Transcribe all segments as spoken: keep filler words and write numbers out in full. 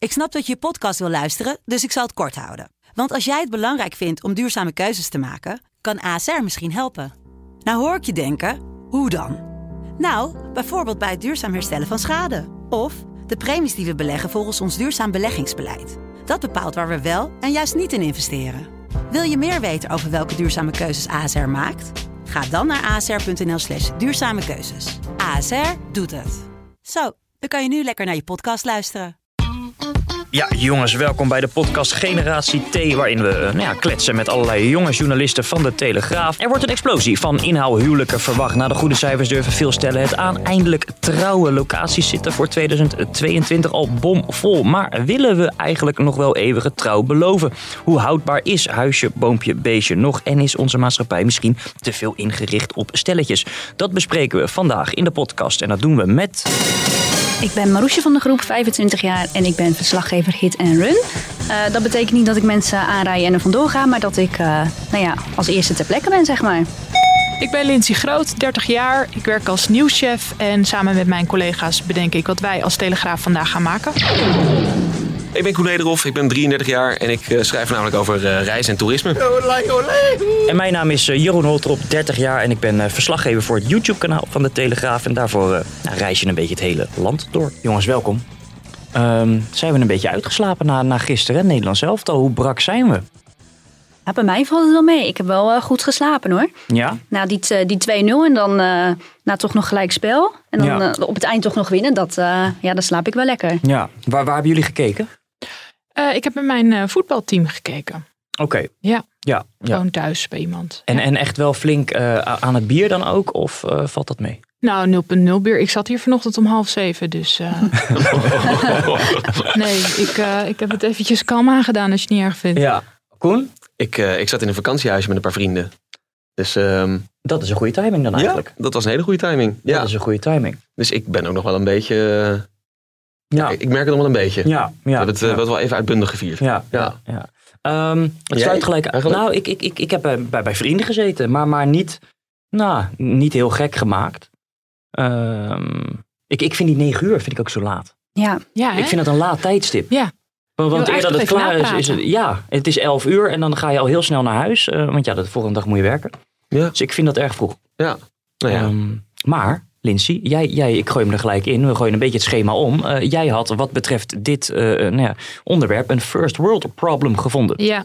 Ik snap dat je je podcast wil luisteren, dus ik zal het kort houden. Want als jij het belangrijk vindt om duurzame keuzes te maken, kan A S R misschien helpen. Nou hoor ik je denken, hoe dan? Nou, bijvoorbeeld bij het duurzaam herstellen van schade. Of de premies die we beleggen volgens ons duurzaam beleggingsbeleid. Dat bepaalt waar we wel en juist niet in investeren. Wil je meer weten over welke duurzame keuzes A S R maakt? Ga dan naar asr.nl slash duurzame keuzes. A S R doet het. Zo, dan kan je nu lekker naar je podcast luisteren. Ja, jongens, welkom bij de podcast Generatie T, waarin we uh, nou ja, kletsen met allerlei jonge journalisten van de Telegraaf. Er wordt een explosie van inhaalhuwelijken verwacht. Na de goede cijfers durven veel stellen het aan. Eindelijk trouwe locaties zitten voor tweeduizend tweeëntwintig al bomvol. Maar willen we eigenlijk nog wel eeuwige trouw beloven? Hoe houdbaar is huisje, boompje, beestje nog? En is onze maatschappij misschien te veel ingericht op stelletjes? Dat bespreken we vandaag in de podcast en dat doen we met... Ik ben Maroesje van de groep, vijfentwintig jaar en ik ben verslaggever Hit en Run. Uh, dat betekent niet dat ik mensen aanrij en er vandoor ga, maar dat ik uh, nou ja, als eerste ter plekke ben, zeg maar. Ik ben Lindsay Groot, dertig jaar. Ik werk als nieuwschef en samen met mijn collega's bedenk ik wat wij als Telegraaf vandaag gaan maken. Ik ben Koen Nederhof, ik ben drieëndertig jaar en ik uh, schrijf namelijk over uh, reizen en toerisme. En mijn naam is uh, Jeroen Holtrop, dertig jaar en ik ben uh, verslaggever voor het YouTube-kanaal van de Telegraaf. En daarvoor uh, nou, reis je een beetje het hele land door. Jongens, welkom. Um, zijn we een beetje uitgeslapen na, na gisteren, Nederlands elftal? Hoe brak zijn we? Ja, bij mij valt het wel mee. Ik heb wel uh, goed geslapen hoor. Ja? Nou, die, uh, die twee nul en dan uh, nou, toch nog gelijk spel. En dan ja. uh, op het eind toch nog winnen. Dat, uh, ja, dan slaap ik wel lekker. Ja. Waar, waar hebben jullie gekeken? Uh, ik heb met mijn uh, voetbalteam gekeken. Oké. Okay. Ja. Ja, ja. Gewoon thuis bij iemand. En, ja. en echt wel flink uh, aan het bier dan ook? Of uh, valt dat mee? Nou, nul punt nul bier. Ik zat hier vanochtend om half zeven, dus... Uh... nee, ik, uh, ik heb het eventjes kalm aangedaan als je het niet erg vindt. Ja. Koen? Ik, uh, ik zat in een vakantiehuisje met een paar vrienden. Dus, um... Dat is een goede timing dan eigenlijk. Ja, dat was een hele goede timing. Dat ja. is een goede timing. Dus ik ben ook nog wel een beetje... Uh... Ja. ja. Ik merk het nog wel een beetje. Ja. Ja. We hebben het uh, ja. wel even uitbundig gevierd. Ja. ja. ja. ja. Um, het Jij, sluit gelijk eigenlijk? Nou, ik, ik, ik, ik heb bij, bij vrienden gezeten, maar, maar niet, nou, niet heel gek gemaakt. Um, ik, ik vind die negen uur vind ik ook zo laat. Ja. Ja, ik vind dat een laat tijdstip. Ja. Want, want eer dat het klaar is, is het, ja, het is elf uur en dan ga je al heel snel naar huis. Uh, want ja, de volgende dag moet je werken. Ja. Dus ik vind dat erg vroeg. Ja. Nou ja. Um, maar, Lindsay, jij, jij, ik gooi hem er gelijk in. We gooien een beetje het schema om. Uh, jij had wat betreft dit uh, nou ja, onderwerp een first world problem gevonden. Ja.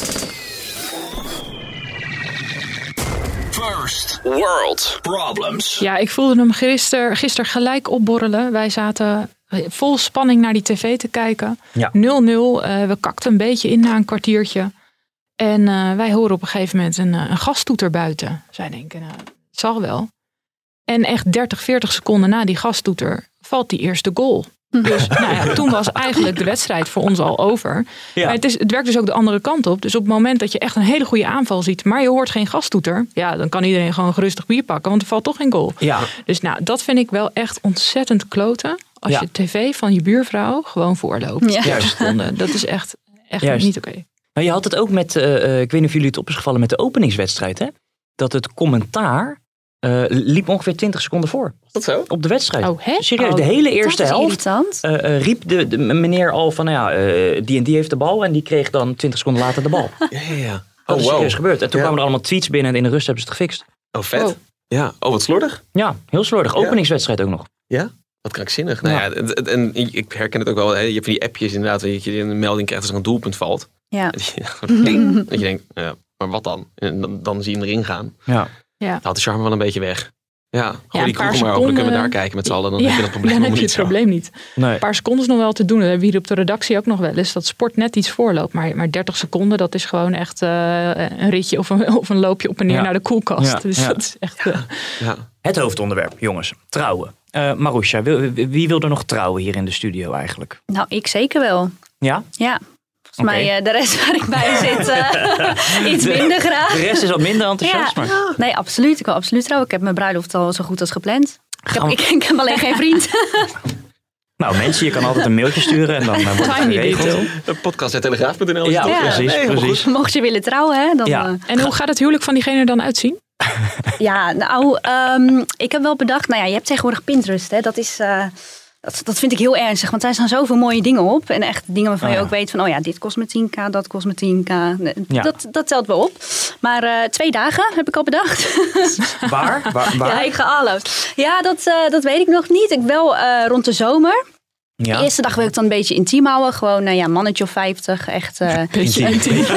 First world problems. Ja, ik voelde hem gisteren gister gelijk opborrelen. Wij zaten vol spanning naar die tv te kijken. nul nul. Ja. Uh, we kakten een beetje in na een kwartiertje. En uh, wij horen op een gegeven moment een, een gastoeter buiten. Zij denken, nou, het zal wel. En echt dertig, veertig seconden na die gastoeter valt die eerste goal. Dus nou ja, toen was eigenlijk de wedstrijd voor ons al over. Ja. Maar het, is, het werkt dus ook de andere kant op. Dus op het moment dat je echt een hele goede aanval ziet, maar je hoort geen gastoeter, ja, dan kan iedereen gewoon gerustig bier pakken, want er valt toch geen goal. Ja. Dus nou, dat vind ik wel echt ontzettend kloten. Als ja. je tv van je buurvrouw gewoon voorloopt. Ja. Juist. Seconden. Dat is echt, echt niet oké. Okay. Maar je had het ook met, uh, ik weet niet of jullie het op is gevallen met de openingswedstrijd, hè? Dat het commentaar Uh, liep ongeveer twintig seconden voor. Is dat zo? Op de wedstrijd. Oh, hè? Serieus, oh, de hele eerste helft uh, uh, riep de, de meneer al van, nou ja, uh, die en die heeft de bal. En die kreeg dan twintig seconden later de bal. Ja, ja, ja. Oh, dat is wow. serieus gebeurd. En toen ja. kwamen er allemaal tweets binnen en in de rust hebben ze het gefixt. Oh, vet. Oh. Ja, oh, wat slordig. Ja, heel slordig. Openingswedstrijd ook nog. Ja? Wat krankzinnig. Nou ja, ja en, en ik herken het ook wel. Hè. Je hebt van die appjes inderdaad, dat je een melding krijgt als er een doelpunt valt. Ja. Ding. Dat je denkt, ja, maar wat dan? En dan, dan zie je hem erin gaan. Ja. Ja. Dat haalt de charme wel een beetje weg. Ja, gooi ja, die kroeg maar open. Dan kunnen we daar kijken met z'n allen. Dan ja, heb je dat probleem dan heb je niet het zo. probleem niet. Nee. Een paar seconden is nog wel te doen. Dat hebben we hier op de redactie ook nog wel eens. Dat sport net iets voorloopt. Maar, maar dertig seconden, dat is gewoon echt uh, een ritje of een, of een loopje op en neer ja. naar de koelkast. Ja. Dus ja. dat is echt... Uh... Ja. Het hoofdonderwerp, jongens. Trouwen. Uh, Maroesja, wie, wie wil er nog trouwen hier in de studio eigenlijk? Nou, ik zeker wel. Ja? Ja. Volgens okay. mij uh, de rest waar ik bij zit uh, iets minder graag. De rest is wat minder enthousiast. Ja. Maar... Nee, absoluut. Ik wil absoluut trouwen. Ik heb mijn bruiloft al zo goed als gepland. Ik heb, we... ik, ik heb alleen geen vriend. Nou mensen, je kan altijd een mailtje sturen en dan uh, wordt het geregeld. De podcast at telegraaf punt n l. Ja, ja, precies. Nee, precies. Mocht je willen trouwen, hè, dan... Ja. Uh... En hoe gaat het huwelijk van diegene er dan uitzien? Ja, nou, um, ik heb wel bedacht... Nou ja, je hebt tegenwoordig Pinterest, hè. Dat is... Uh, Dat, dat vind ik heel ernstig, want daar staan zoveel mooie dingen op. En echt dingen waarvan oh, je ja. ook weet van, oh ja, dit kost me tien k, dat kost me tien k. Ja. Dat, dat telt wel op. Maar uh, twee dagen heb ik al bedacht. Waar? waar, waar? Ja, ik ga alles. Ja, dat, uh, dat weet ik nog niet. Ik wel uh, rond de zomer. Ja. De eerste dag wil ik dan een beetje intiem houden. Gewoon, nou ja, mannetje of vijftig. Echt, uh, Intiem. intiem. En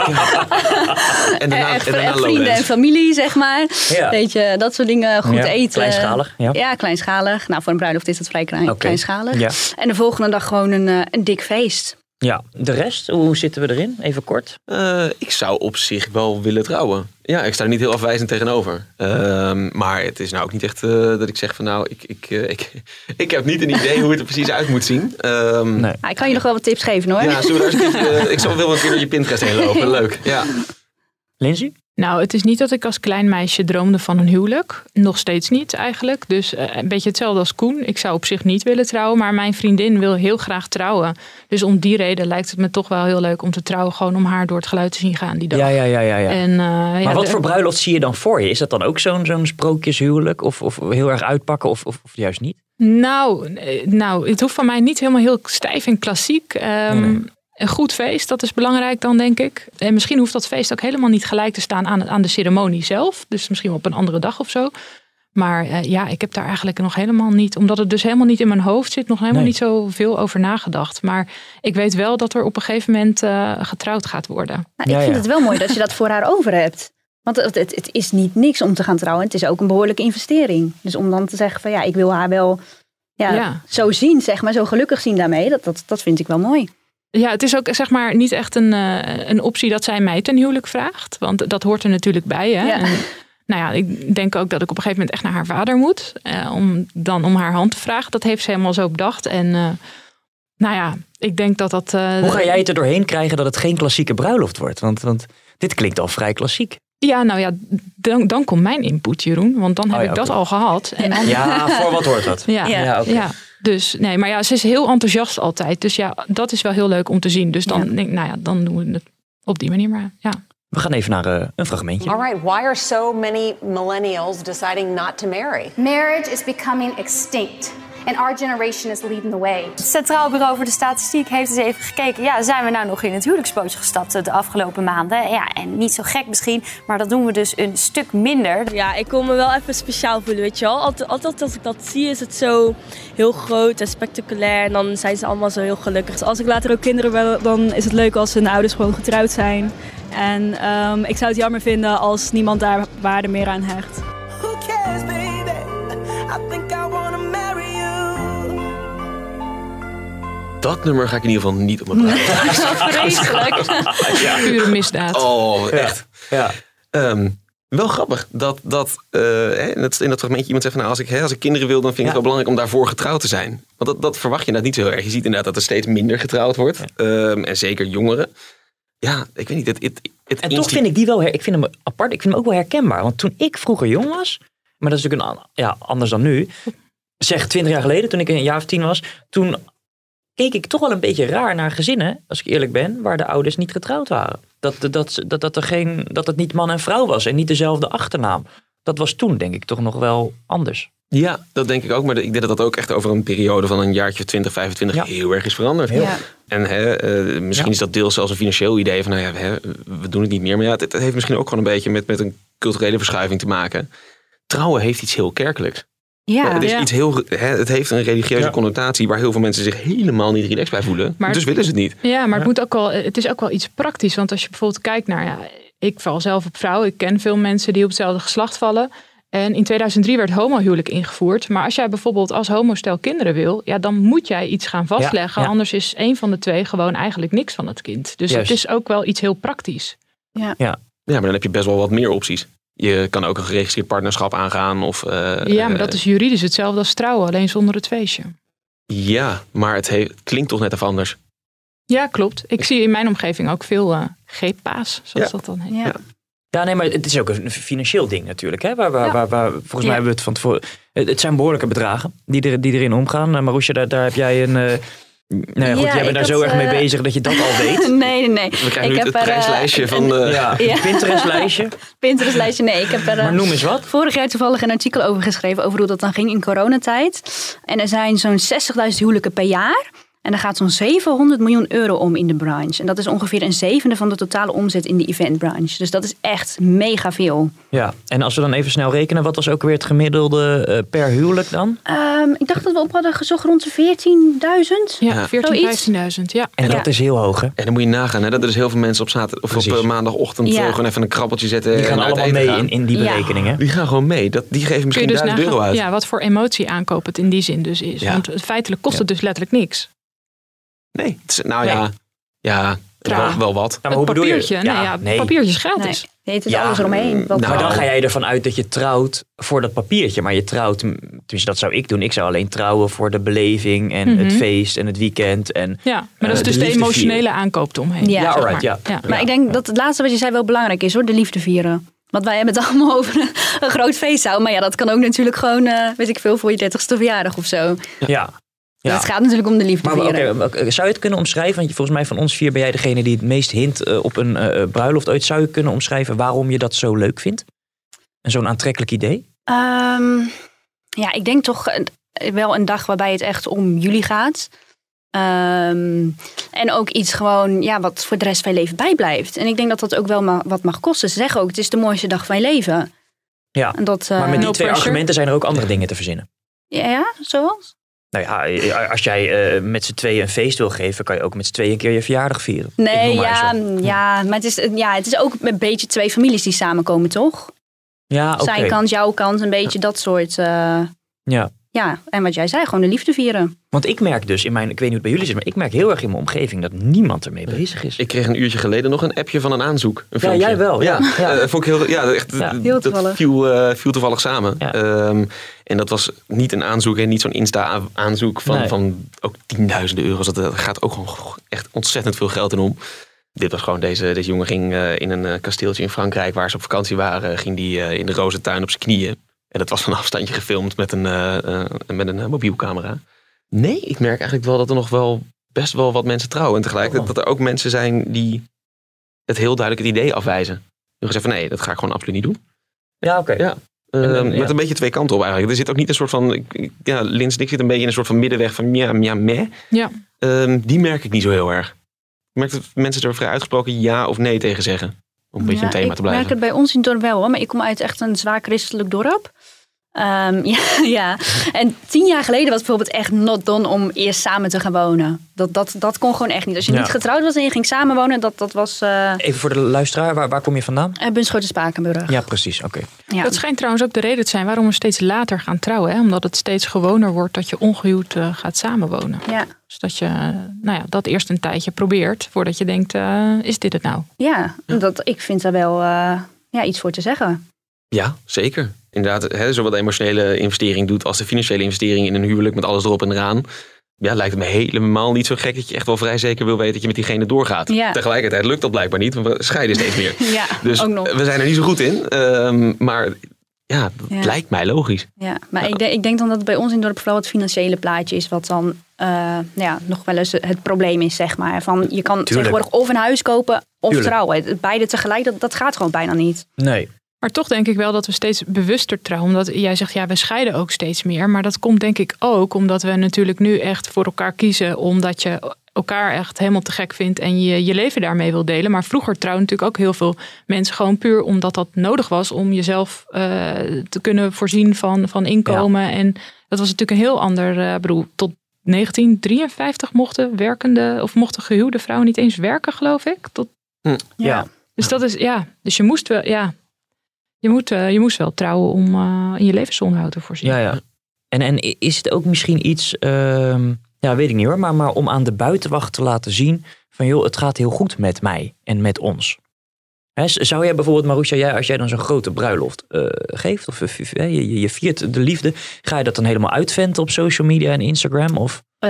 daarna, echt, en daarna echt vrienden en familie, zeg maar. Ja. Weet je, dat soort dingen. Goed Ja, eten. kleinschalig, ja. Ja, kleinschalig. Nou, voor een bruiloft is dat vrij klein, Okay. kleinschalig. Ja. En de volgende dag gewoon een, uh, een dik feest. Ja, de rest, hoe zitten we erin? Even kort. Uh, ik zou op zich wel willen trouwen. Ja, ik sta er niet heel afwijzend tegenover. Uh, maar het is nou ook niet echt uh, dat ik zeg van nou, ik, ik, uh, ik, ik heb niet een idee hoe het er precies uit moet zien. Um, nee. Ja, ik kan je nog wel wat tips geven hoor. Ja, zullen we daar eens een keertje, uh, ik zal wel een keer door je Pinterest heen lopen. Leuk. Ja. Lindsay? Nou, het is niet dat ik als klein meisje droomde van een huwelijk. Nog steeds niet eigenlijk. Dus uh, een beetje hetzelfde als Koen. Ik zou op zich niet willen trouwen, maar mijn vriendin wil heel graag trouwen. Dus om die reden lijkt het me toch wel heel leuk om te trouwen. Gewoon om haar door het geluid te zien gaan die dag. Ja, ja, ja. ja, ja. En, uh, maar ja, wat de, voor bruiloft zie je dan voor je? Is dat dan ook zo'n, zo'n sprookjeshuwelijk? Of, of heel erg uitpakken of, of, of juist niet? Nou, nou, het hoeft van mij niet helemaal heel stijf en klassiek. Um, nee, nee. Een goed feest, dat is belangrijk dan, denk ik. En misschien hoeft dat feest ook helemaal niet gelijk te staan aan, aan de ceremonie zelf. Dus misschien op een andere dag of zo. Maar uh, ja, ik heb daar eigenlijk nog helemaal niet... omdat het dus helemaal niet in mijn hoofd zit... nog helemaal nee. niet zoveel over nagedacht. Maar ik weet wel dat er op een gegeven moment uh, getrouwd gaat worden. Nou, ik ja, vind ja. het wel mooi dat je dat voor haar over hebt. Want het, het, het is niet niks om te gaan trouwen. Het is ook een behoorlijke investering. Dus om dan te zeggen van ja, ik wil haar wel ja, ja. zo zien, zeg maar. Zo gelukkig zien daarmee. Dat, dat, dat vind ik wel mooi. Ja, het is ook zeg maar niet echt een, uh, een optie dat zij mij ten huwelijk vraagt. Want dat hoort er natuurlijk bij. Hè? Ja. En, nou ja, ik denk ook dat ik op een gegeven moment echt naar haar vader moet. Uh, om dan om haar hand te vragen. Dat heeft ze helemaal zo bedacht. En uh, nou ja, ik denk dat dat... Uh, Hoe ga jij het er doorheen krijgen dat het geen klassieke bruiloft wordt? Want, want dit klinkt al vrij klassiek. Ja, nou ja, dan, dan komt mijn input, Jeroen. Want dan heb oh ja, ik dat okay. al gehad. En dan... Ja, voor wat hoort dat? Ja, ja, ja, okay. ja. Dus nee, maar ja, ze is heel enthousiast altijd. Dus ja, dat is wel heel leuk om te zien. Dus dan ja. denk ik, nou ja, dan doen we het op die manier maar. Ja. We gaan even naar uh, een fragmentje. All right, why are so many millennials deciding not to marry? Marriage is becoming extinct. And our generation is leading the way. Het Centraal Bureau voor de Statistiek heeft eens even gekeken. Ja, zijn we nou nog in het huwelijksbootje gestapt de afgelopen maanden? Ja, en niet zo gek misschien, maar dat doen we dus een stuk minder. Ja, ik wil me wel even speciaal voelen, weet je wel. Altijd, altijd als ik dat zie is het zo heel groot en spectaculair. En dan zijn ze allemaal zo heel gelukkig. Dus als ik later ook kinderen wil, dan is het leuk als hun ouders gewoon getrouwd zijn. En um, ik zou het jammer vinden als niemand daar waarde meer aan hecht. Who cares, baby? I think I wanna marry you. Dat nummer ga ik in ieder geval niet op mijn plaat. Vreselijk. Ja. Pure misdaad. Oh, echt. Ja. Ja. Um, wel grappig dat, dat uh, in, dat, in dat fragmentje iemand zegt van nou, als ik, hè, als ik kinderen wil, dan vind ik ja. het wel belangrijk om daarvoor getrouwd te zijn. Want dat, dat verwacht je inderdaad niet zo heel erg. Je ziet inderdaad dat er steeds minder getrouwd wordt. Ja. Um, en zeker jongeren. Ja, ik weet niet. Het, het, het en toch vind ik die wel, her, ik vind hem apart, ik vind hem ook wel herkenbaar. Want toen ik vroeger jong was, maar dat is natuurlijk een, ja, anders dan nu. Zeg twintig jaar geleden, toen ik een jaar of tien was, toen keek ik toch wel een beetje raar naar gezinnen, als ik eerlijk ben, waar de ouders niet getrouwd waren. Dat, dat, dat, dat, er geen, dat het niet man en vrouw was en niet dezelfde achternaam. Dat was toen, denk ik, toch nog wel anders. Ja, dat denk ik ook. Maar ik denk dat dat ook echt over een periode van een jaartje twintig, vijfentwintig ja. heel erg is veranderd. Ja. En hè, uh, misschien ja. is dat deels zelfs een financieel idee van, nou ja, hè, we doen het niet meer. Maar ja, het, het heeft misschien ook gewoon een beetje met, met een culturele verschuiving te maken. Trouwen heeft iets heel kerkelijks. Ja, het, is ja. iets heel, hè, het heeft een religieuze ja. connotatie waar heel veel mensen zich helemaal niet relaxed bij voelen. Maar, dus willen ze het niet. Ja, maar ja. Het, moet ook wel, het is ook wel iets praktisch. Want als je bijvoorbeeld kijkt naar, ja, ik val zelf op vrouw. Ik ken veel mensen die op hetzelfde geslacht vallen. En in tweeduizend drie werd homohuwelijk ingevoerd. Maar als jij bijvoorbeeld als homostel kinderen wil, ja, dan moet jij iets gaan vastleggen. Ja, ja. Anders is één van de twee gewoon eigenlijk niks van het kind. Dus Juist. Het is ook wel iets heel praktisch. Ja. Ja. ja, maar dan heb je best wel wat meer opties. Je kan ook een geregistreerd partnerschap aangaan. Of, uh, ja, maar dat is juridisch hetzelfde als trouwen, alleen zonder het feestje. Ja, maar het, heeft, het klinkt toch net even anders. Ja, klopt. Ik zie in mijn omgeving ook veel uh, G-pa's, zoals ja. dat dan heet. Ja. Ja. Ja, nee, maar het is ook een financieel ding natuurlijk. Hè? Waar, waar, ja. waar, waar, volgens ja. mij hebben we het van tevoren. Het zijn behoorlijke bedragen die, er, die erin omgaan. Uh, Marusha, daar, daar heb jij een, uh, Nou ja, goed, Ja, jij bent daar had, zo erg mee uh, bezig dat je dat al weet. nee, nee, nee. We krijgen ik nu heb het er, prijslijstje uh, van... Uh, ja, ja. Pinterest-lijstje. Pinterest-lijstje, nee. Ik heb er uh, maar noem eens wat. vorig jaar toevallig een artikel over geschreven... over hoe dat dan ging in coronatijd. En er zijn zo'n zestigduizend huwelijken per jaar... En er gaat zo'n zevenhonderd miljoen euro om in de branche. En dat is ongeveer een zevende van de totale omzet in de eventbranche. Dus dat is echt mega veel. Ja, en als we dan even snel rekenen, wat was ook weer het gemiddelde uh, per huwelijk dan? Um, ik dacht dat we op hadden gezocht rond de veertienduizend. Ja, veertien, vijftienduizend. Ja. En dat ja. is heel hoog, hè? En dan moet je nagaan, hè, dat er dus heel veel mensen op zaterdag of Precies. op uh, maandagochtend Ja. uh, gewoon even een krabbeltje zetten. Die gaan en uit allemaal eten mee gaan. in, in die berekeningen. Ja. Die gaan gewoon mee. Dat, die geven misschien dus duizend euro uit. Ja, wat voor emotie aankoop het in die zin dus is. Ja. Want feitelijk kost het dus letterlijk niks. Nee, het is, nou ja, Nee. ja wel, wel wat. Ja, maar Het hoe bedoel je? papiertje, nee, ja, nee. papiertje is gratis. Nee, nee, het is Ja, alles eromheen. Wat Maar dan Nou. ga jij ervan uit dat je trouwt voor dat papiertje. Maar je trouwt, dus dat zou ik doen. Ik zou alleen trouwen voor de beleving en Mhm. het feest en het weekend. En, Ja, maar dat is uh, dus de, liefde emotionele vieren. aankoop eromheen. Ja, Ja, zeg alright, maar. ja. Maar ik denk dat het laatste wat je zei wel belangrijk is hoor. De liefde vieren. Want wij hebben het allemaal over een, een groot feestzaal. Maar ja, dat kan ook natuurlijk gewoon, uh, weet ik veel, voor je dertigste verjaardag of zo. Ja. Dus Ja. het gaat natuurlijk om de liefde Maar vieren. oké, okay, zou je het kunnen omschrijven? Want je, volgens mij van ons vier ben jij degene die het meest hint uh, op een uh, bruiloft ooit. Zou je kunnen omschrijven waarom je dat zo leuk vindt? En zo'n aantrekkelijk idee? Um, ja, ik denk toch uh, wel een dag waarbij het echt om jullie gaat. Um, en ook iets gewoon, ja, wat voor de rest van je leven bijblijft. En ik denk dat dat ook wel ma- wat mag kosten. Ze zeggen ook, het is de mooiste dag van je leven. Ja, en dat, uh, maar met die no twee pressure. argumenten zijn er ook andere dingen te verzinnen. Ja, ja, zoals? Nou ja, als jij uh, met z'n tweeën een feest wil geven, kan je ook met z'n tweeën een keer je verjaardag vieren. Ik Nee, noem maar ja, zo. ja, maar het is, ja, het is ook een beetje twee families die samenkomen, toch? Ja, oké. Zijn kant, jouw kant, een beetje dat soort. Uh, Ja. ja, en wat jij zei, gewoon de liefde vieren. Want ik merk dus in mijn, ik weet niet hoe het bij jullie zit, maar ik merk heel erg in mijn omgeving dat niemand ermee bezig is. Ik kreeg een uurtje geleden nog een appje van een aanzoek. Een Ja, filmpje. jij wel, ja. Ja, uh, vond ik heel, ja, echt, Ja. Heel dat toevallig. viel, uh, viel toevallig samen. Ja. Um, en dat was niet een aanzoek en niet zo'n Insta-aanzoek van, Nee. van ook tienduizenden euro's. Dat, daar gaat ook gewoon echt ontzettend veel geld in om. Dit was gewoon, deze, deze jongen ging uh, in een uh, kasteeltje in Frankrijk waar ze op vakantie waren, ging die uh, in de rozentuin op zijn knieën. En dat was van een afstandje gefilmd met een, uh, uh, met een uh, mobielcamera. Nee, ik merk eigenlijk wel dat er nog wel best wel wat mensen trouwen. En tegelijkertijd Oh. dat er ook mensen zijn die het heel duidelijk het idee afwijzen. Die zeggen van nee, dat ga ik gewoon absoluut niet doen. Ja, oké. Ja. Uh, En, en, ja. Met een beetje twee kanten op eigenlijk. Er zit ook niet een soort van, ik- ik- ja, Lins en ik zit een beetje in een soort van middenweg van ja, ja, meh. Ja. Um, die merk ik niet zo heel erg. Ik merk dat mensen er vrij uitgesproken ja of nee tegen zeggen. Om een beetje Ja, een thema ik te blijven. merk het bij ons in het dorp wel hoor, maar ik kom uit echt een zwaar christelijk dorp. Um, ja, ja, en tien jaar geleden was het bijvoorbeeld echt not done om eerst samen te gaan wonen. Dat, dat, dat kon gewoon echt niet. Als je Ja. niet getrouwd was en je ging samenwonen, dat, dat was uh, Even voor de luisteraar, waar, waar kom je vandaan? uh, Bunschoten-Spakenburg. Ja, precies. Oké. Ja. Dat schijnt trouwens ook de reden te zijn waarom we steeds later gaan trouwen. Hè? Omdat het steeds gewoner wordt dat je ongehuwd uh, gaat samenwonen. Ja. Dus dat je uh, nou ja, dat eerst een tijdje probeert voordat je denkt, uh, is dit het nou? Ja, dat, ik vind daar wel uh, ja, iets voor te zeggen. Ja, zeker. Inderdaad, hè, zowel de emotionele investering doet als de financiële investering in een huwelijk met alles erop en eraan. Ja, lijkt het me helemaal niet zo gek dat je echt wel vrij zeker wil weten dat je met diegene doorgaat. Ja. Tegelijkertijd lukt dat blijkbaar niet, want we scheiden steeds meer. Ja, Dus ook nog. we zijn er niet zo goed in. Um, maar ja, dat Ja. lijkt mij logisch. Ja, maar ik, de, ik denk dan dat het bij ons in het dorp vooral het financiële plaatje is wat dan uh, nou ja, nog wel eens het probleem is, zeg maar. Van, je kan tegenwoordig of een huis kopen of Tuurlijk. trouwen. Beide tegelijk, dat, dat gaat gewoon bijna niet. Nee. Maar toch denk ik wel dat we steeds bewuster trouwen. Omdat jij zegt, ja, we scheiden ook steeds meer. Maar dat komt denk ik ook omdat we natuurlijk nu echt voor elkaar kiezen. Omdat je elkaar echt helemaal te gek vindt en je je leven daarmee wil delen. Maar vroeger trouwden natuurlijk ook heel veel mensen gewoon puur omdat dat nodig was om jezelf uh, te kunnen voorzien van, van inkomen. Ja. En dat was natuurlijk een heel ander, uh, bedoel, tot negentien drieënvijftig mochten werkende of mochten gehuwde vrouwen niet eens werken, geloof ik. Tot... Hm. Ja. Dus dat is, ja, dus je moest wel, ja. Je, moet, uh, je moest wel trouwen om uh, in je levensonderhoud te voorzien. Ja, ja. En, en is het ook misschien iets, uh, ja, weet ik niet hoor, maar, maar om aan de buitenwacht te laten zien van joh, het gaat heel goed met mij en met ons. He, zou jij bijvoorbeeld, Maroesja, jij, als jij dan zo'n grote bruiloft uh, geeft, of uh, je, je viert de liefde, ga je dat dan helemaal uitventen op social media en Instagram? Of? Uh,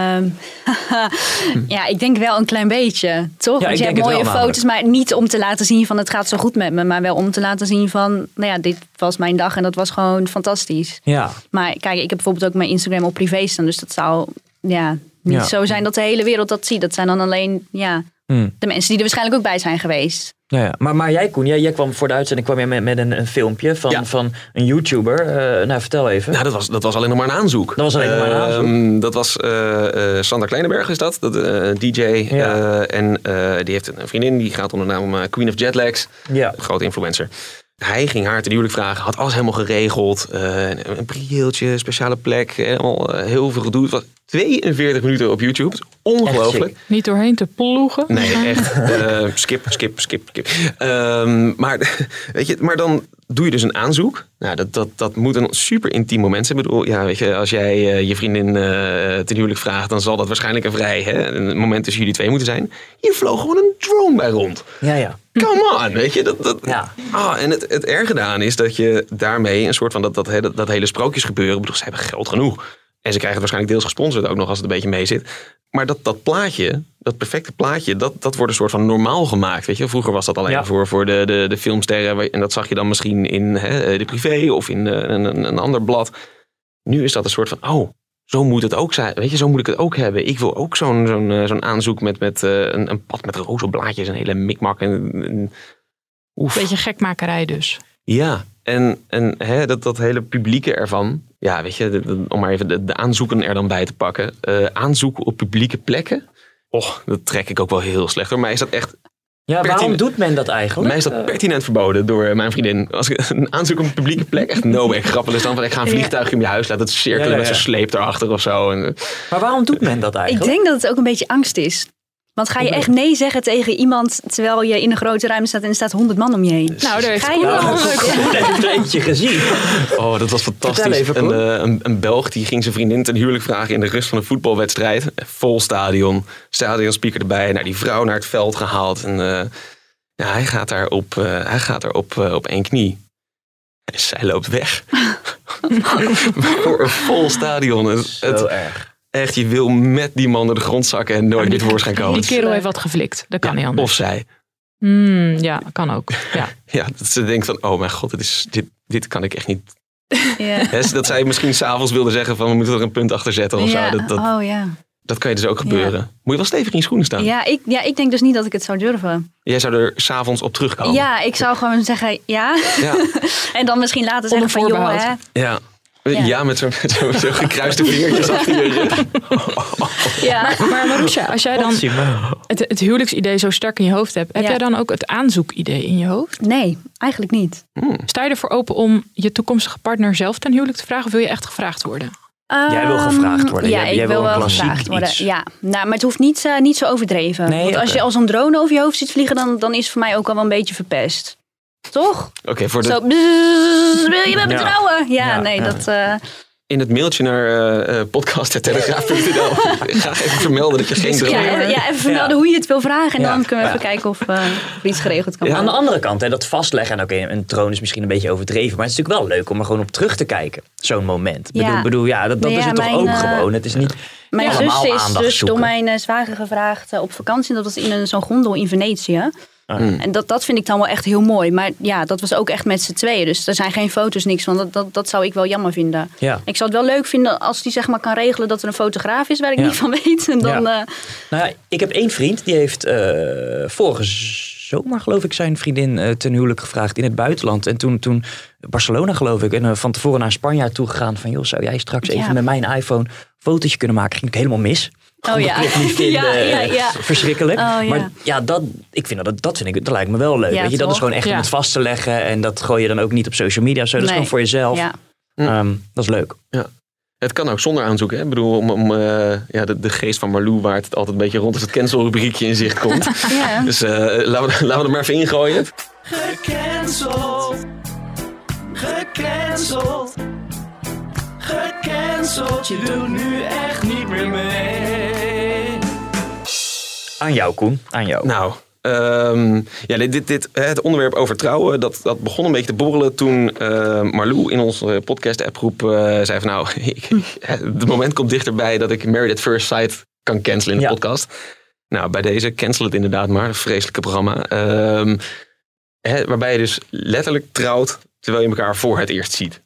ja, ik denk wel een klein beetje, toch? Ja, Want je hebt mooie foto's, namelijk. Maar niet om te laten zien van het gaat zo goed met me, maar wel om te laten zien van, nou ja, dit was mijn dag en dat was gewoon fantastisch. Ja. Maar kijk, ik heb bijvoorbeeld ook mijn Instagram op privé staan, dus dat zou, ja, niet Ja. zo zijn dat de hele wereld dat ziet. Dat zijn dan alleen ja, Hmm. de mensen die er waarschijnlijk ook bij zijn geweest. Ja, ja. Maar, maar jij, Koen, jij, jij kwam voor de uitzending kwam jij met, met een, een filmpje van, Ja. van een YouTuber. Uh, nou, vertel even. Nou, dat was, dat was alleen nog maar een aanzoek. Dat was alleen nog maar een aanzoek. Uh, dat was uh, uh, Sander Kleinenberg is dat, dat uh, D J. Ja. Uh, en uh, die heeft een vriendin, die gaat onder de naam uh, Queen of Jetlags. Ja. Een grote influencer. Hij ging haar ten huwelijk vragen, had alles helemaal geregeld. Uh, een prieeltje, speciale plek, helemaal, uh, heel veel gedoe. Het was tweeënveertig minuten op YouTube. Ongelooflijk. Niet doorheen te ploegen. Nee, echt. Uh, skip, skip, skip, skip. Um, maar, weet je, maar dan doe je dus een aanzoek. Nou, dat, dat, dat moet een super intiem moment zijn. Ik bedoel, ja, weet je, als jij uh, je vriendin uh, ten huwelijk vraagt, dan zal dat waarschijnlijk een vrij hè, een moment tussen jullie twee moeten zijn. Hier vloog gewoon een drone bij rond. Ja, ja. Come on, weet je. Dat, dat, ja. ah, en het, het erge daaraan is dat je daarmee een soort van dat, dat, dat, dat hele sprookjesgebeuren, ik bedoel, ze hebben geld genoeg. En ze krijgen het waarschijnlijk deels gesponsord ook nog als het een beetje mee zit. Maar dat, dat plaatje, dat perfecte plaatje, dat, dat wordt een soort van normaal gemaakt. Weet je? Vroeger was dat alleen ja. voor, voor de, de, de filmsterren. En dat zag je dan misschien in hè, de privé of in een, een, een ander blad. Nu is dat een soort van, oh, zo moet het ook zijn. Weet je, zo moet ik het ook hebben. Ik wil ook zo'n, zo'n, zo'n aanzoek met, met een, een pad met rozenblaadjes. Een hele mikmak. En, en, oef. Beetje gekmakerij dus. Ja, en, en hè, dat, dat hele publieke ervan. Ja, weet je, de, de, om maar even de, de aanzoeken er dan bij te pakken. Uh, aanzoeken op publieke plekken. Och, dat trek ik ook wel heel slecht. Voor mij is dat echt... Ja, waarom pertinent, doet men dat eigenlijk? Mij is dat pertinent verboden door mijn vriendin. Als ik een aanzoek op een publieke plek, echt no way. Grappig is dan van ik ga een vliegtuig in je huis laten cirkelen ja, ja, ja. met zo'n sleep erachter of zo. En, maar waarom doet men dat eigenlijk? Ik denk dat het ook een beetje angst is. Want ga je echt nee zeggen tegen iemand terwijl je in een grote ruimte staat en er staat honderd man om je heen? Nou, daar heeft ga je wel een eentje gezien. Oh, dat was fantastisch. Even, een, een, een Belg die ging zijn vriendin ten huwelijk vragen in de rust van een voetbalwedstrijd. Vol stadion, stadionspeaker erbij, naar die vrouw naar het veld gehaald. En uh, ja, hij gaat daar op, uh, hij gaat daar op, uh, op één knie. En zij loopt weg. Voor een vol stadion. Het, Zo het, erg. Echt, je wil met die man naar de grond zakken en nooit meer tevoorschijn komen. Die kerel heeft wat geflikt. Dat kan ja, niet anders. Of zij. Mm, ja, kan ook. Ja, ja dat ze denkt van, oh mijn god, dit, is, dit, dit kan ik echt niet. Ja. He, dat zij misschien s'avonds wilde zeggen van, we moeten er een punt achter zetten of ja. zo. Dat, dat, oh ja. Dat kan je dus ook gebeuren. Ja. Moet je wel stevig in je schoenen staan. Ja ik, ja, ik denk dus niet dat ik het zou durven. Jij zou er s'avonds op terugkomen? Ja, ik zou gewoon zeggen ja. ja. En dan misschien later zeggen van, joh hè. Ja. Ja. ja, met zo'n zo, zo gekruiste vingertjes achter je rug. Ja. Maar, maar Marusha, als jij dan het, het huwelijksidee zo sterk in je hoofd hebt, heb ja. jij dan ook het aanzoekidee in je hoofd? Nee, eigenlijk niet. Hmm. Sta je ervoor open om je toekomstige partner zelf ten huwelijk te vragen of wil je echt gevraagd worden? Um, jij wil gevraagd worden. Ja, jij, ik jij wil wil wel klassiek gevraagd worden. iets. Ja, nou, maar het hoeft niet, uh, niet zo overdreven. Nee, Want als okay. je als een drone over je hoofd ziet vliegen, dan, dan is het voor mij ook al wel een beetje verpest. Toch? Oké, okay, voor de... Zo, bzz, wil je met me ja. trouwen? Ja, ja nee, ja. dat... Uh... In het mailtje naar uh, podcast punt telegraaf punt n l graag even vermelden dat je geen drone ja, hebt. ja, even vermelden ja. hoe je het wil vragen. En ja. dan kunnen we even ja. kijken of, uh, of iets geregeld kan ja. worden. Aan de andere kant, hè, dat vastleggen. En oké, okay, een troon is misschien een beetje overdreven. Maar het is natuurlijk wel leuk om er gewoon op terug te kijken. Zo'n moment. Ik ja. bedoel, bedoel, ja, dat, dat nee, is het ja, toch mijn, ook uh, gewoon. Het is niet mijn allemaal zus is aandacht dus zoeken. door mijn uh, zwager gevraagd uh, op vakantie. Dat was in een, zo'n gondel in Venetië. Hmm. En dat, dat vind ik dan wel echt heel mooi. Maar ja, dat was ook echt met z'n tweeën. Dus er zijn geen foto's, niks van. Dat, dat, dat zou ik wel jammer vinden. Ja. Ik zou het wel leuk vinden als die zeg maar kan regelen dat er een fotograaf is waar ik ja. niet van weet. En dan, ja. uh... Nou ja, ik heb één vriend die heeft uh, vorige zomer geloof ik zijn vriendin uh, ten huwelijk gevraagd in het buitenland. En toen, toen Barcelona geloof ik. En uh, van tevoren naar een Spanjaard toe gegaan van joh, zou jij straks ja. even met mijn iPhone een fotootje kunnen maken? Ging ik helemaal mis. Oh ja. Ik niet vinden, ja, ja, ja. Verschrikkelijk. Oh, ja. Maar ja, dat, ik vind dat, dat, vind ik, dat lijkt me wel leuk. Ja, weet je? Dat is gewoon echt ja. om het vast te leggen. En dat gooi je dan ook niet op social media of zo. Dat nee. is gewoon voor jezelf. Ja. Um, dat is leuk. Ja. Het kan ook zonder aanzoek. Hè? Ik bedoel, om, om uh, ja, de, de geest van Marlou waar het altijd een beetje rond als het cancel-rubriekje in zicht komt. ja. Dus uh, laten, we, laten we er maar even ingooien. Gecanceld. Gecanceld. Gecanceld. Je doet nu echt niet meer mee. Aan jou, Koen. Aan jou. Nou, um, ja, dit, dit, het onderwerp over trouwen, dat, dat begon een beetje te borrelen toen uh, Marlou in onze podcast-appgroep uh, zei van nou, ik, het moment komt dichterbij dat ik Married at First Sight kan cancelen in de ja. podcast. Nou, bij deze cancel het inderdaad maar, een vreselijke programma. Um, hè, waarbij je dus letterlijk trouwt terwijl je elkaar voor het eerst ziet. Ja.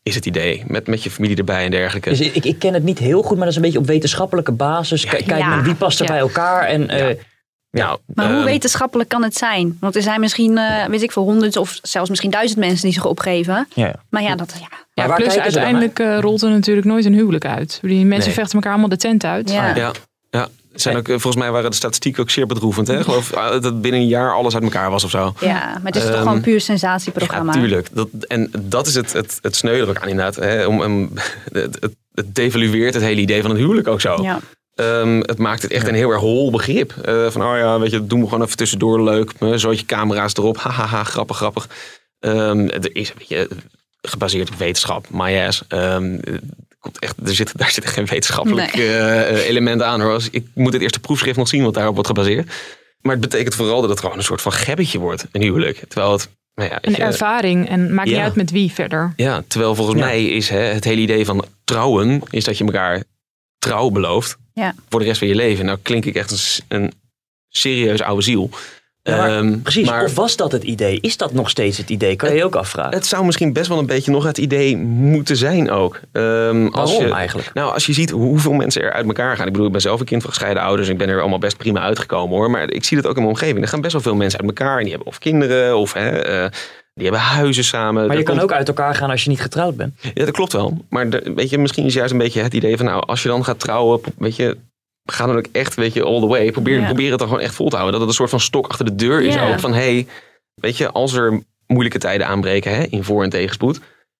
is het idee. Met, met je familie erbij en dergelijke. Dus ik, ik ken het niet heel goed, maar dat is een beetje op wetenschappelijke basis. Ja, Kijk, ja. wie past er ja. bij elkaar? En, uh, ja. Nou, maar hoe uh, wetenschappelijk kan het zijn? Want er zijn misschien, uh, weet ik veel, honderd of zelfs misschien duizend mensen die zich opgeven. Ja. Maar ja, dat... Ja. Ja, ja, plus uiteindelijk uh, rolt er natuurlijk nooit een huwelijk uit. Die mensen nee. vechten elkaar allemaal de tent uit. Ja, ja. ja. Zijn ook, volgens mij waren de statistieken ook zeer bedroevend. Hè? Ik geloof dat binnen een jaar alles uit elkaar was of zo. Ja, maar het is um, toch gewoon een puur sensatieprogramma. Ja, tuurlijk. Dat, en dat is het, het, het sneu ook aan inderdaad. Hè? Om, um, het, het, het devalueert het hele idee van een huwelijk ook zo. Ja. Um, het maakt het echt ja. een heel erg hol begrip. Uh, van, oh ja, weet je, dat doen we gewoon even tussendoor leuk. Zootje camera's erop. Hahaha, grappig, grappig. Um, er is, weet je, gebaseerd op wetenschap. My ass. Um, komt echt, er zit, daar zit geen wetenschappelijk nee. uh, element aan. Hoor. Ik moet het eerste proefschrift nog zien wat daarop wordt gebaseerd. Maar het betekent vooral dat het gewoon een soort van gebbetje wordt. Een huwelijk. Terwijl het... Nou ja, een je, ervaring en maakt ja. niet uit met wie verder. Ja, terwijl volgens ja. mij is hè, het hele idee van trouwen... is dat je elkaar trouw belooft ja. voor de rest van je leven. Nou klink ik echt een, een serieus oude ziel. Ja, maar, um, precies, maar, of was dat het idee? Is dat nog steeds het idee? Kan je je ook afvragen. Het zou misschien best wel een beetje nog het idee moeten zijn ook. Um, Waarom als je, eigenlijk? Nou, als je ziet hoeveel mensen er uit elkaar gaan. Ik bedoel, ik ben zelf een kind van gescheiden ouders. En ik ben er allemaal best prima uitgekomen hoor. Maar ik zie dat ook in mijn omgeving. Er gaan best wel veel mensen uit elkaar. En die hebben of kinderen of hè, uh, die hebben huizen samen. Maar je kan komt... ook uit elkaar gaan als je niet getrouwd bent. Ja, dat klopt wel. Maar de, weet je, misschien is juist een beetje het idee van... nou, als je dan gaat trouwen, weet je... Ga dan ook echt, weet je, all the way. Probeer, ja. probeer het dan gewoon echt vol te houden. Dat het een soort van stok achter de deur is ja. ook. Van, hey, weet je, als er moeilijke tijden aanbreken, hè, in voor- en tegenspoed.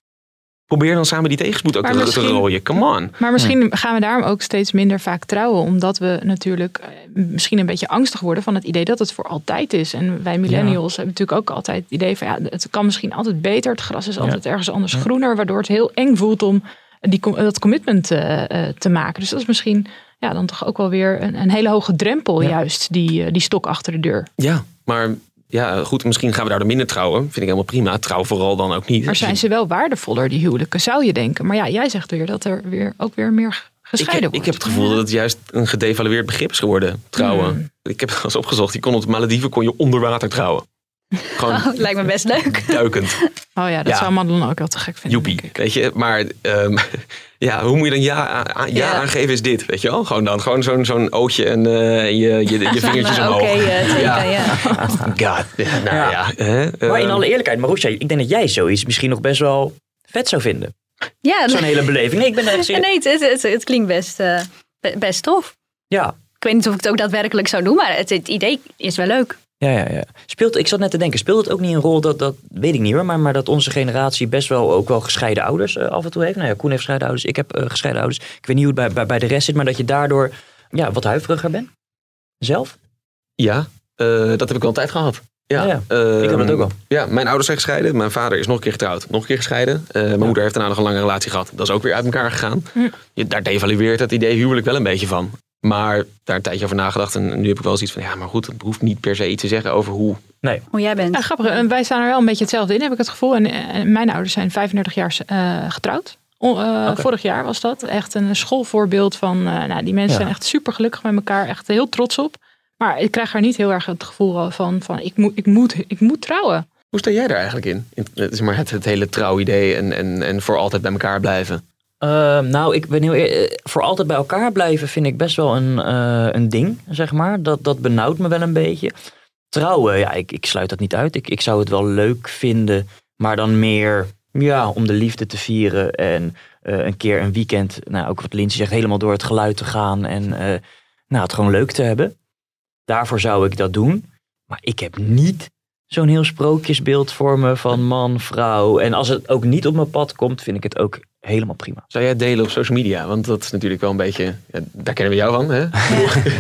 Probeer dan samen die tegenspoed ook te, te rooien. Come on. Maar misschien hm. gaan we daarom ook steeds minder vaak trouwen. Omdat we natuurlijk misschien een beetje angstig worden van het idee dat het voor altijd is. En wij millennials ja. hebben natuurlijk ook altijd het idee van... ja, het kan misschien altijd beter. Het gras is altijd ja. ergens anders ja. groener. Waardoor het heel eng voelt om die, dat commitment uh, uh, te maken. Dus dat is misschien... ja, dan toch ook wel weer een, een hele hoge drempel ja. juist, die, die stok achter de deur. Ja, maar ja, goed, misschien gaan we daardoor minder trouwen. Vind ik helemaal prima. Trouw vooral dan ook niet. Maar zijn ze wel waardevoller, die huwelijken, zou je denken. Maar ja, jij zegt weer dat er weer ook weer meer gescheiden ik heb, wordt. Ik heb het gevoel ja. dat het juist een gedevalueerd begrip is geworden, trouwen. Hmm. Ik heb het eens opgezocht. Je kon op de Malediven kon je onder water trouwen. Gewoon oh, lijkt me best leuk. Duikend. Oh ja, dat ja. zou Madelon ook wel te gek vinden. Joepie, weet je. Maar um, ja, hoe moet je dan ja, aan, ja, ja aangeven is dit, weet je wel? Gewoon dan, gewoon zo'n, zo'n ootje en uh, je, je, je vingertjes omhoog. Oké, okay, uh, ja. ja. God, ja, nou ja. ja uh, maar in alle eerlijkheid, Marusha, ik denk dat jij zoiets misschien nog best wel vet zou vinden. Ja. Zo'n hele beleving. Nee, ik ben echt nee het, het, het klinkt best, uh, best tof. Ja. Ik weet niet of ik het ook daadwerkelijk zou doen, maar het, het idee is wel leuk. Ja, ja, ja. Speelt, ik zat net te denken, speelt het ook niet een rol, dat, dat weet ik niet hoor, maar, maar dat onze generatie best wel ook wel gescheiden ouders uh, af en toe heeft. Nou ja, Koen heeft gescheiden ouders, ik heb uh, gescheiden ouders. Ik weet niet hoe het bij, bij, bij de rest zit, maar dat je daardoor ja, wat huiveriger bent? Zelf? Ja, uh, dat heb ik altijd gehad. Ja, ja, ja. Uh, ik heb dat ook al. Ja, mijn ouders zijn gescheiden. Mijn vader is nog een keer getrouwd. Nog een keer gescheiden. Uh, mijn ja. moeder heeft daarna nog een lange relatie gehad. Dat is ook weer uit elkaar gegaan. Hm. Je, daar devalueert het idee huwelijk wel een beetje van. Maar daar een tijdje over nagedacht. En nu heb ik wel zoiets van, ja, maar goed, het hoeft niet per se iets te zeggen over hoe... Nee. Hoe jij bent. Ja, grappig. En wij staan er wel een beetje hetzelfde in, heb ik het gevoel. En, en mijn ouders zijn vijfendertig jaar uh, getrouwd. Uh, okay. Vorig jaar was dat. Echt een schoolvoorbeeld van, uh, nou, die mensen ja. zijn echt super gelukkig met elkaar. Echt heel trots op. Maar ik krijg er niet heel erg het gevoel van, van ik, moet, ik, moet, ik moet trouwen. Hoe sta jij daar eigenlijk in? in zeg maar het, het hele trouwidee en, en, en voor altijd bij elkaar blijven? Uh, nou, ik ben heel uh, voor altijd bij elkaar blijven vind ik best wel een, uh, een ding, zeg maar. Dat, dat benauwt me wel een beetje. Trouwen, ja, ik, ik sluit dat niet uit. Ik, ik zou het wel leuk vinden, maar dan meer ja, om de liefde te vieren. En uh, een keer een weekend, nou, ook wat Lindsay zegt, helemaal door het geluid te gaan. En uh, nou, het gewoon leuk te hebben. Daarvoor zou ik dat doen. Maar ik heb niet zo'n heel sprookjesbeeld voor me van man, vrouw. En als het ook niet op mijn pad komt, vind ik het ook helemaal prima. Zou jij het delen op social media? Want dat is natuurlijk wel een beetje... Ja, daar kennen we jou van, hè? Ja.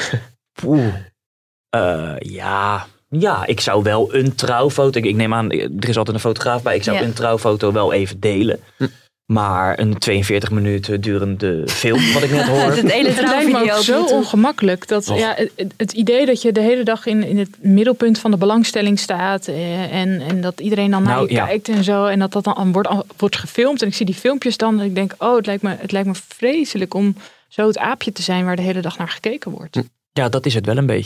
Poeh. Uh, ja... Ja, ik zou wel een trouwfoto... Ik, ik neem aan, er is altijd een fotograaf bij. Ik zou ja. een trouwfoto wel even delen. Hm. Maar een tweeënveertig minuten durende film, wat ik net hoor. Het hele trouwvideo is zo ongemakkelijk. Dat, ja, het, het idee dat je de hele dag in, in het middelpunt van de belangstelling staat. En, en dat iedereen dan naar nou, je ja. kijkt en zo. En dat dat dan wordt, wordt gefilmd. En ik zie die filmpjes dan. En ik denk, oh, het lijkt me, het lijkt me vreselijk om zo het aapje te zijn waar de hele dag naar gekeken wordt. Ja, dat is het wel een beetje.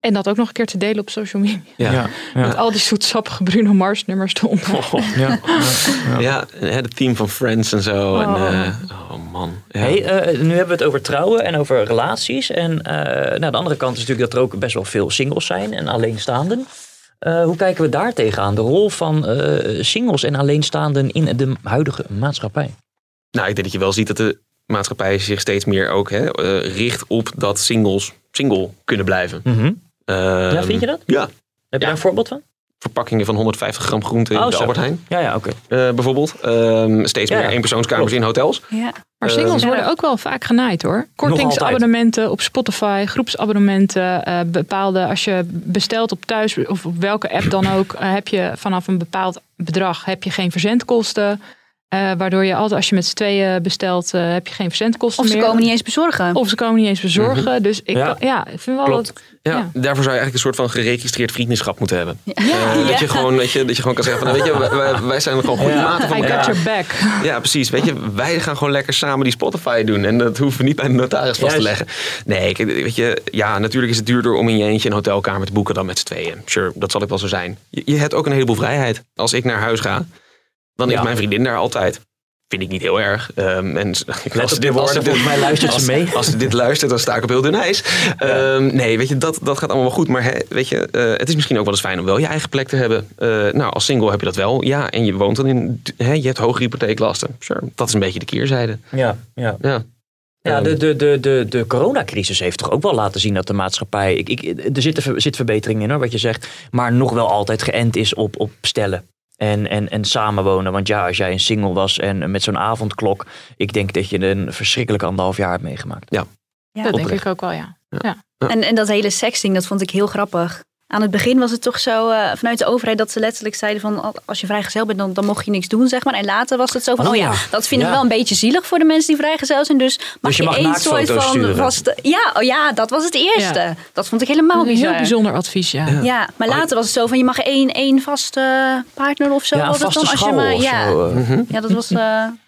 En dat ook nog een keer te delen op social media. Ja. Ja, ja. Met al die zoetsappige Bruno Mars nummers eronder. Oh, ja. Ja, ja. ja, het theme van Friends en zo. Oh, en, uh, oh man. Ja. Hey, uh, nu hebben we het over trouwen en over relaties. En uh, nou, de andere kant is natuurlijk dat er ook best wel veel singles zijn en alleenstaanden. Uh, hoe kijken we daar tegenaan? De rol van uh, singles en alleenstaanden in de huidige maatschappij? Nou, ik denk dat je wel ziet dat de maatschappij zich steeds meer ook hè, uh, richt op dat singles single kunnen blijven. Mm-hmm. Uh, ja, vind je dat? Ja. Heb je ja. daar een voorbeeld van? Verpakkingen van honderdvijftig gram groente in oh, de Albert Heijn. Ja, ja, oké. Okay. Uh, bijvoorbeeld. Uh, steeds ja, meer eenpersoonskamers Klopt. in hotels. Ja. Maar singles uh, worden ook wel vaak genaaid hoor. Kortingsabonnementen op Spotify, groepsabonnementen, uh, bepaalde, als je bestelt op thuis of op welke app dan ook, uh, heb je vanaf een bepaald bedrag heb je geen verzendkosten. Uh, waardoor je altijd, als je met z'n tweeën bestelt, uh, heb je geen verzendkosten meer. Of ze komen niet eens bezorgen. Of ze komen niet eens bezorgen. Mm-hmm. Dus ik, ja. ja, ik vind wel Klopt. dat... Ja, ja. Daarvoor zou je eigenlijk een soort van geregistreerd vriendschap moeten hebben. Ja. Uh, Ja. dat, je gewoon, weet je, dat je gewoon kan zeggen van, nou, weet je, wij, wij zijn gewoon goede ja. maten van elkaar. I got your back. Ja, precies. Weet je, wij gaan gewoon lekker samen die Spotify doen. En dat hoeven we niet bij de notaris vast te leggen. Nee, weet je, ja, natuurlijk is het duurder om in je eentje een hotelkamer te boeken dan met z'n tweeën. Sure, dat zal ik wel zo zijn. Je, je hebt ook een heleboel vrijheid. Als ik naar huis ga, dan ja. is mijn vriendin daar altijd. Vind ik niet heel erg. Um, en als dit woorden, volgens mij luistert ze mee. Als, als ze dit luistert, dan sta ik op heel dun ijs. Ja. Um, nee, weet je, dat, dat gaat allemaal wel goed. Maar he, weet je, uh, het is misschien ook wel eens fijn om wel je eigen plek te hebben. Uh, nou, als single heb je dat wel. Ja, en je woont dan in, he, je hebt hogere hypotheeklasten. Sure, dat is een beetje de keerzijde. Ja, ja. ja. Ja, de, de, de, de, de coronacrisis heeft toch ook wel laten zien dat de maatschappij... Ik, ik, er zit, er zit verbetering in hoor, wat je zegt. Maar nog wel altijd geënt is op, op stellen. En, en, en samenwonen. Want ja, als jij een single was en met zo'n avondklok... ik denk dat je een verschrikkelijke anderhalf jaar hebt meegemaakt. Ja, ja dat denk ik ook wel, ja. ja. ja. En, en dat hele seksding, dat vond ik heel grappig. Aan het begin was het toch zo uh, vanuit de overheid... dat ze letterlijk zeiden van als je vrijgezel bent... Dan, dan mocht je niks doen, zeg maar. En later was het zo van, oh, oh ja, dat vind ja. ik wel een beetje zielig... voor de mensen die vrijgezel zijn. Dus mag dus je, je mag één soort van vaste... Ja, oh ja, dat was het eerste. Ja. Dat vond ik helemaal bizar. Een heel bijzonder advies, ja. Ja, ja maar later was het zo van... je mag één, één vaste partner of zo. Ja, een vaste dan, als je maar, ja. Mm-hmm. ja, dat was... Uh,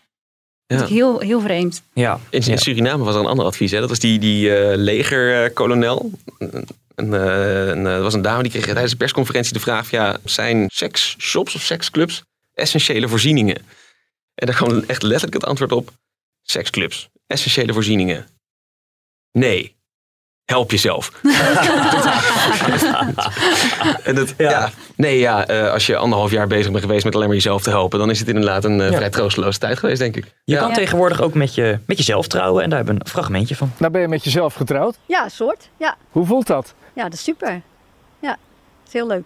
Ja. Heel, heel vreemd. Ja. In, in Suriname was er een ander advies. Hè? Dat was die, die uh, legerkolonel. En, uh, en, uh, dat was een dame die kreeg tijdens de persconferentie de vraag... Ja, zijn seksshops of seksclubs essentiële voorzieningen? En daar kwam echt letterlijk het antwoord op. Seksclubs, essentiële voorzieningen. Nee. Help jezelf. en dat, ja. Ja, nee, ja, uh, als je anderhalf jaar bezig bent geweest met alleen maar jezelf te helpen... dan is het inderdaad een uh, ja. vrij troosteloze tijd geweest, denk ik. Je ja. kan ja. tegenwoordig ook met, je, met jezelf trouwen en daar hebben we een fragmentje van. Nou ben je met jezelf getrouwd? Ja, soort. Ja. Hoe voelt dat? Ja, dat is super. Ja, dat is heel leuk.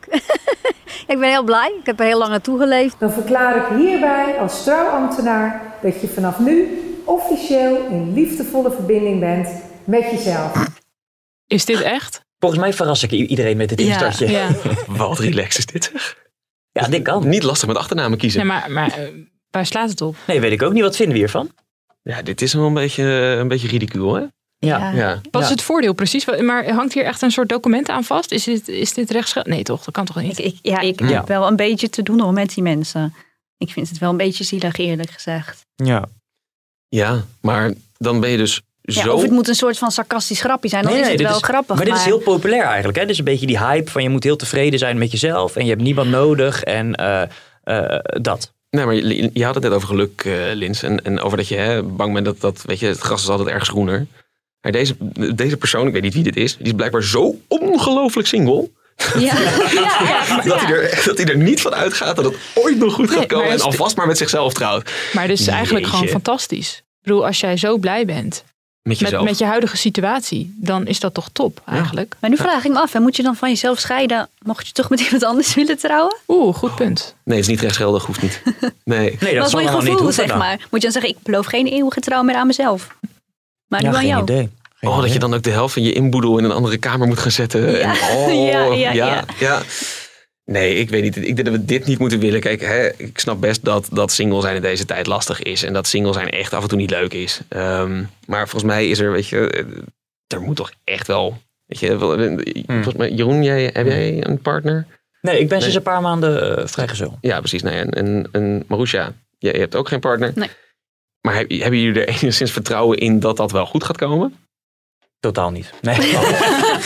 Ik ben heel blij. Ik heb er heel lang naartoe geleefd. Dan verklaar ik hierbij als trouwambtenaar dat je vanaf nu officieel in liefdevolle verbinding bent met jezelf. Is dit echt? Volgens mij verras ik iedereen met dit instartje. Ja, ja. Wat relaxed is dit. Ja, dit kan. Niet lastig met achternamen kiezen. Nee, maar, maar uh, waar slaat het op? Nee, weet ik ook niet. Wat vinden we hiervan? Ja, dit is wel een beetje, een beetje ridicuul, hè? Ja. ja. Wat is ja. het voordeel precies? Maar hangt hier echt een soort document aan vast? Is dit, is dit rechtsgeldig? Nee toch? Dat kan toch niet? Ik, ik, ja, ik ja. heb wel een beetje te doen hoor, met die mensen. Ik vind het wel een beetje zielig eerlijk gezegd. Ja. Ja, maar dan ben je dus ja, zo... Of het moet een soort van sarcastisch grapje zijn. Dan nee, is het nee, wel is, grappig. Maar, maar dit is heel populair eigenlijk. Hè? Dit is een beetje die hype van je moet heel tevreden zijn met jezelf. En je hebt niemand nodig. En uh, uh, dat. Nee, maar je, je had het net over geluk, uh, Lins. En, en over dat je hè, bang bent dat, dat weet je, het gras is altijd ergens groener. Maar deze, deze persoon, ik weet niet wie dit is, die is blijkbaar zo ongelooflijk single. Ja. ja, ja, dat, hij er, dat hij er niet van uitgaat dat het ooit nog goed gaat nee, komen. En alvast maar met zichzelf trouwt. Maar dit is eigenlijk Jeetje. gewoon fantastisch. Ik bedoel, als jij zo blij bent met, met, met je huidige situatie, dan is dat toch top eigenlijk. Ja. Maar nu vraag ik me af, hè, moet je dan van jezelf scheiden? Mocht je toch met iemand anders willen trouwen? Oeh, goed punt. Nee, het is niet rechtsgeldig, hoeft niet. Nee, nee dat is wel je gevoel, niet zeg maar. Moet je dan zeggen, ik beloof geen eeuwige trouw meer aan mezelf. Maar ja, nu aan geen jou. Idee. Geen oh, idee. dat je dan ook de helft van je inboedel in een andere kamer moet gaan zetten. Ja. En, oh, ja, ja, ja, ja, ja. Nee, ik weet niet. Ik denk dat we dit niet moeten willen. Kijk, hè, ik snap best dat, dat single zijn in deze tijd lastig is. En dat single zijn echt af en toe niet leuk is. Um, maar volgens mij is er, weet je, er moet toch echt wel, weet je, hmm. volgens mij, Jeroen, jij, heb jij een partner? Nee, ik ben sinds nee. een paar maanden uh, vrijgezel. Ja, precies. Nee, en, en, en Marusha, jij hebt ook geen partner. Nee. Maar heb, hebben jullie er enigszins vertrouwen in dat dat wel goed gaat komen? Totaal niet. Nee.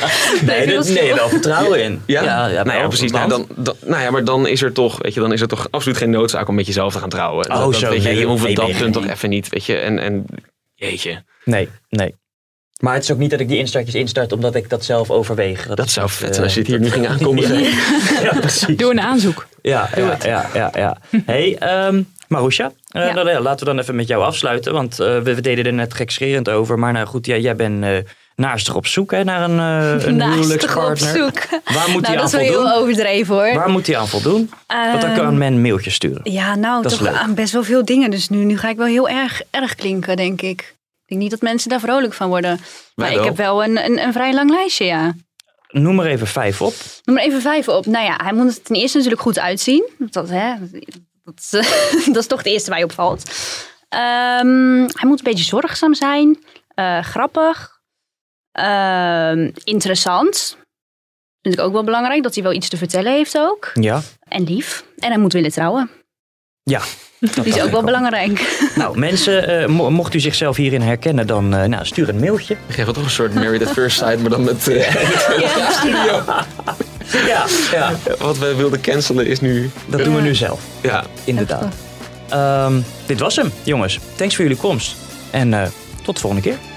nee, nee, nee, wel vertrouwen in. Ja, ja, ja, nou ja precies. Nou, dan, dan, nou ja, maar dan is er toch, weet je, dan is er toch absoluut geen noodzaak om met jezelf te gaan trouwen. Oh, dat, zo. Weet je, Nee, je hoeft nee, dat nee, punt nee. toch even niet, weet je. En, en jeetje. Nee, nee. Maar het is ook niet dat ik die instartjes instart omdat ik dat zelf overweeg. Dat, dat zou is, vet zijn uh, als je het hier niet ging aankondigen. ja. ja, precies. Doe een aanzoek. Ja, ja, ja, ja, ja. Hey, um, Marusha, uh, ja. Nou, laten we dan even met jou afsluiten. Want uh, we, we deden er net gekscherend over. Maar nou goed, ja, jij bent uh, naastig op zoek hè, naar een, uh, een huwelijkspartner. Naastig op zoek. Waar moet nou, hij aan voldoen? Dat is wel heel overdreven hoor. Waar moet hij aan voldoen? Uh, Want dan kan men een mailtje sturen. Ja, nou toch aan best wel veel dingen. Dus nu, nu ga ik wel heel erg, erg klinken, denk ik. Ik denk niet dat mensen daar vrolijk van worden. Maar Wij ik wel. heb wel een, een, een vrij lang lijstje, ja. Noem maar even vijf op. Noem maar even vijf op. Nou ja, hij moet er ten eerste natuurlijk goed uitzien. Dat, hè, dat, dat is toch het eerste waar je opvalt. Um, hij moet een beetje zorgzaam zijn. Uh, grappig. Uh, interessant. Vind ik ook wel belangrijk. Dat hij wel iets te vertellen heeft ook. Ja. En lief. En hij moet willen trouwen. Ja. Die is ook wel belangrijk. Nou, mensen, uh, mo- mocht u zichzelf hierin herkennen, dan uh, nou, stuur een mailtje. Ik geef wel toch een soort Married at First Sight, maar dan met uh, ja. studio. Ja, ja. Wat we wilden cancelen is nu... Dat ja. doen we nu zelf. Ja. Inderdaad. Um, dit was hem, jongens. Thanks voor jullie komst. En uh, tot de volgende keer.